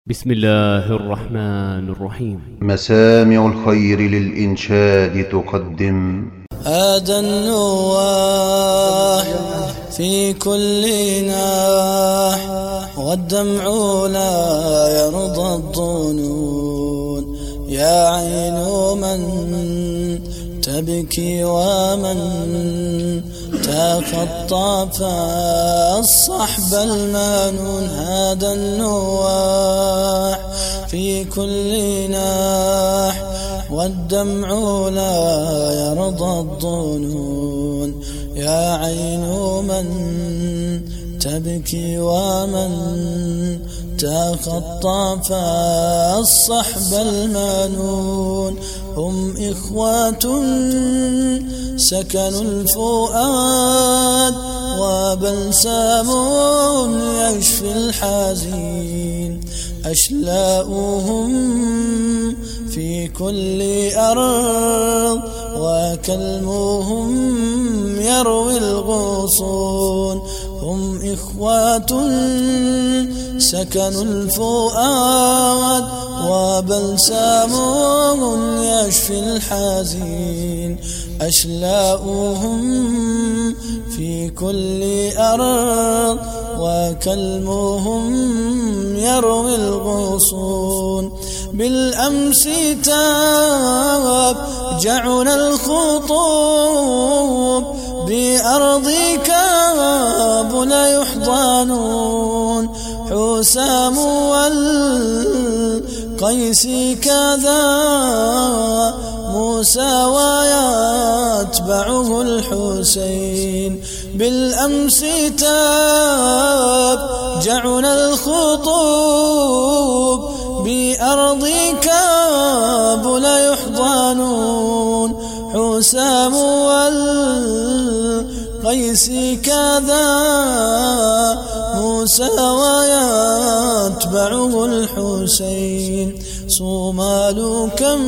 بسم الله الرحمن الرحيم. مسامع الخير للإنشاد تقدم هذا النواح في كل ناح، والدمع لا يرضى الظنون. يا عين من تبكي ومن تخطف الصحب المانون. هذا النواح في كل ناح، والدمع لا يرضى الظنون. يا عين من تبكي ومن تخطف الصحب المانون. هم إخوة سكنوا الفؤاد، وبلسام يشفي الحزين. أشلاؤهم في كل أرض، وكلمهم يروي الغصون. هم إخوة سكنوا الفؤاد، وبلسام يشفي الحزين. أشلاؤهم في كل أرض، وكلمهم يروي الغصون. بالأمس تابجعنا الخطوب، بأرضك لا يحضنون. حسام والقيس كذا موسى، ويتبعه الحسين. بالأمس تابجعنا الخطوب، بأرضك لا يحضنون. حسام والقيس كذا موسى، ويتبعه الحسين. صومال كم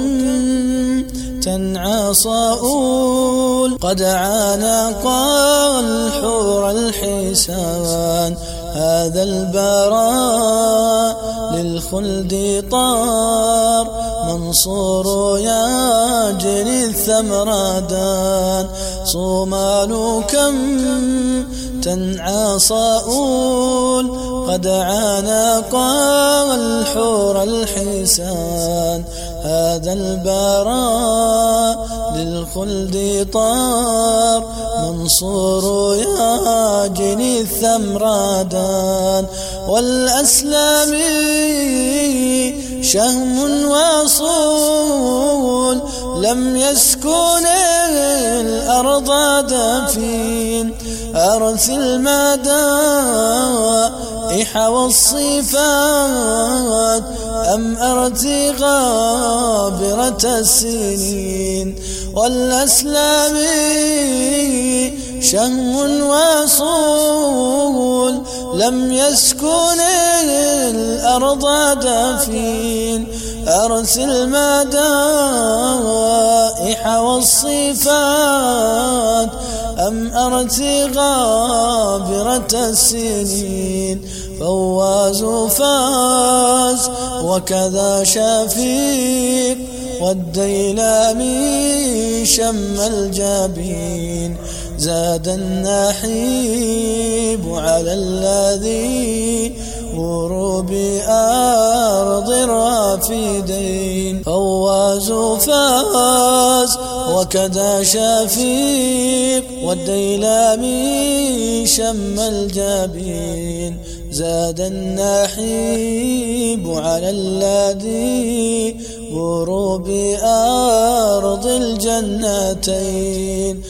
تنعى صاؤول، قد عانق الحور الحسان. هذا البراء للخلد طار، منصور يجري الثمردان. صومال كم تنعى صاؤول، قد عانق الحور الحسان. هذا البراء للخلد طار، منصور يجني الثمردان. والأسلام شهم وصول، لم يسكن الأرض دفين. أرث المدائح والصفات، أم أرث غابرة السنين. والأسلام شهم وصول، لم يسكن الأرض دفين. أرث المدائح والصفات، أم أرث غابرة السنين. فواز فاز وكذا شفيق، والديلامي شم الجبين. زاد النحيب على الذي وروا بأرض الرافدين. فواز فاز وكذا شفيق، والديلامي شم الجبين. زاد النحيب على الذي وروا بأرض الجنتين.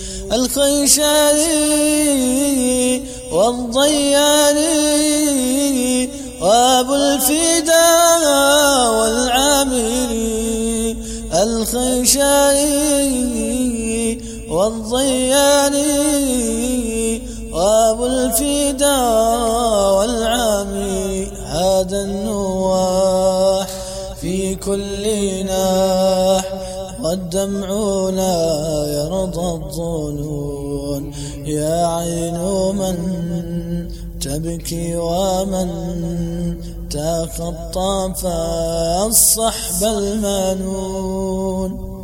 الخيشاني والضياني، وابو الفداء والعامري. الخيشاني والضياني، وابو الفداء والعامري. هذا النواح في كل ناح، والدمع لا يرضى الظنون. يا عين من تبكي ومن تخطف الصحب المنون.